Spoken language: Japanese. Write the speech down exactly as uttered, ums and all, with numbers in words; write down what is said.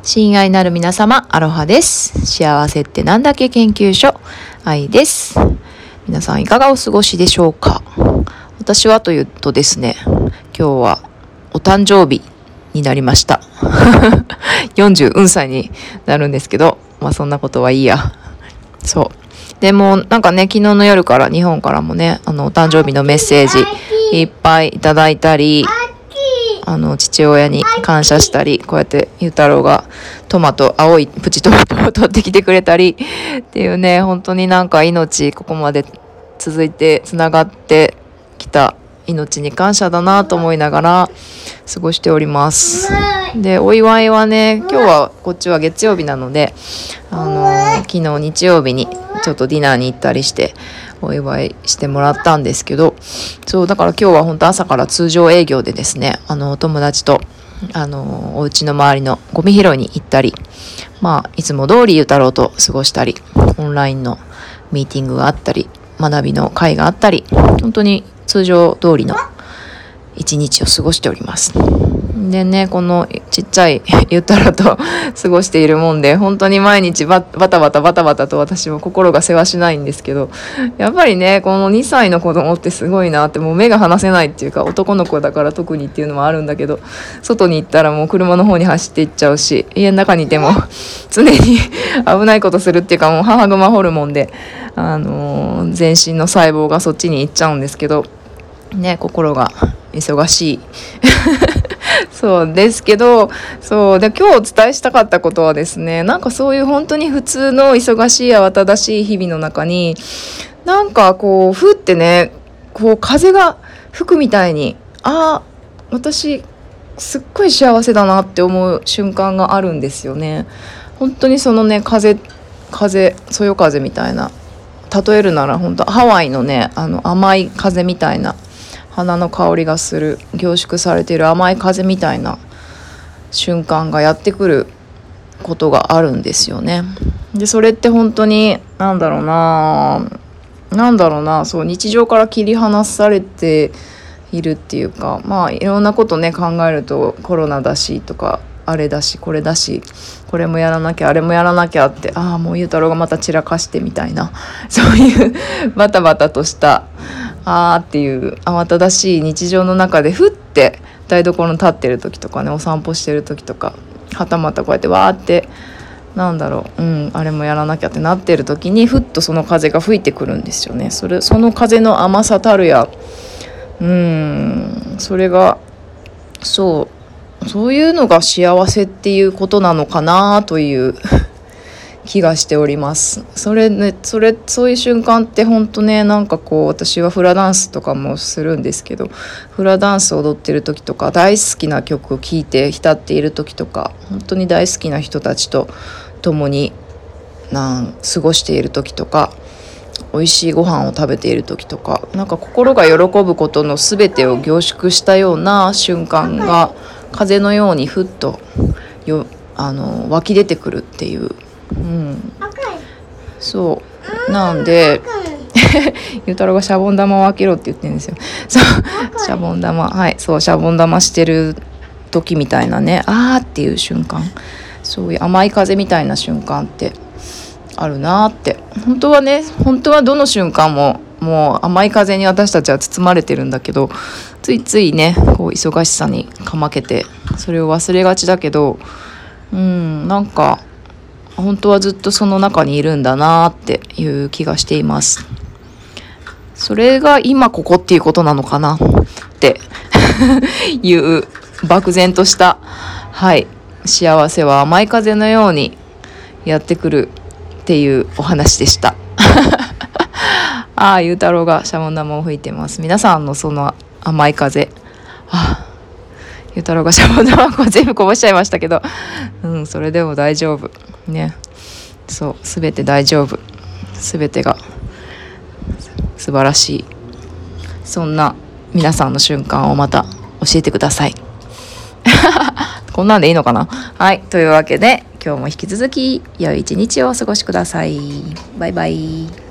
親愛なる皆様、アロハです。幸せってなんだっけ研究所、愛です。皆さんいかがお過ごしでしょうか。私はというとですね、今日はお誕生日になりました。よんじゅうさいになるんですけど、まあそんなことはいいや。そう。でもなんかね、昨日の夜から日本からもね、あのお誕生日のメッセージいっぱいいただいたり、あの父親に感謝したり、こうやってゆうたろうがトマト、青いプチトマトを取ってきてくれたりっていうね、本当になんか命ここまで続いてつながってきた命に感謝だなと思いながら過ごしております。で、お祝いはね、今日はこっちは月曜日なので、あのー、昨日日曜日にちょっとディナーに行ったりしてお祝いしてもらったんですけど、そうだから今日は本当朝から通常営業でですね、あのお友達とあのお家の周りのゴミ拾いに行ったり、まあいつも通りゆうたろうと過ごしたり、オンラインのミーティングがあったり、学びの会があったり、本当に通常通りの一日を過ごしております。でね、このちっちゃいゆうたろうと過ごしているもんで、本当に毎日ババタバタバタバタと私も心がせわしないんですけど、やっぱりね、このにさいの子供ってすごいなって、もう目が離せないっていうか、男の子だから特にっていうのもあるんだけど、外に行ったらもう車の方に走っていっちゃうし、家の中にいても常に危ないことするっていうか、もう母グマホルモンで、あのー、全身の細胞がそっちに行っちゃうんですけどね、心が忙しいそうですけど、そうで今日お伝えしたかったことはですね、なんかそういう本当に普通の忙しい慌ただしい日々の中に、なんかこうふってね、こう風が吹くみたいに、ああ私すっごい幸せだなって思う瞬間があるんですよね。本当にそのね、風風そよ風みたいな、例えるなら本当ハワイのね、あの甘い風みたいな、花の香りがする凝縮されている甘い風みたいな瞬間がやってくることがあるんですよね。でそれって本当になんだろうななんだろうなそう日常から切り離されているっていうか、まあいろんなことね考えると、コロナだしとか、あれだしこれだし、これもやらなきゃあれもやらなきゃって、ああもうゆうたろうがまた散らかしてみたいな、そういうバタバタとしたあーっていう慌ただしい日常の中で、ふって台所に立ってる時とかね、お散歩してる時とか、はたまたこうやってわーってなんだろう、うん、あれもやらなきゃってなってる時に、ふっとその風が吹いてくるんですよね。それその風の甘さたるや、うーんそれがそうそういうのが幸せっていうことなのかなという気がしております。それね、それそういう瞬間って本当ね、なんかこう私はフラダンスとかもするんですけど、フラダンスを踊ってる時とか、大好きな曲を聴いて浸っている時とか、本当に大好きな人たちと共になん過ごしている時とか、美味しいご飯を食べている時とか、なんか心が喜ぶことの全てを凝縮したような瞬間が風のようにふっとよあの湧き出てくるっていう、うん、そうなんでゆうたろうがシャボン玉を開けろって言ってるんですよ。そうシャボン玉、はい、そうシャボン玉してる時みたいなね、あーっていう瞬間、そういう甘い風みたいな瞬間ってあるなって。本当はね、本当はどの瞬間ももう甘い風に私たちは包まれてるんだけど、ついついねこう忙しさにかまけてそれを忘れがちだけど、うんなんか本当はずっとその中にいるんだなっていう気がしています。それが今ここっていうことなのかなっていう漠然とした、はい幸せは甘い風のようにやってくるっていうお話でしたああゆうたろうがシャボン玉を吹いてます。皆さんのその甘い風、ああゆうたろうがシャボン玉を全部こぼしちゃいましたけど、うんそれでも大丈夫ね。そうすべて大丈夫、すべてが素晴らしい、そんな皆さんの瞬間をまた教えてくださいこんなんでいいのかな。はい、というわけで今日も引き続き良い一日をお過ごしください。バイバイ。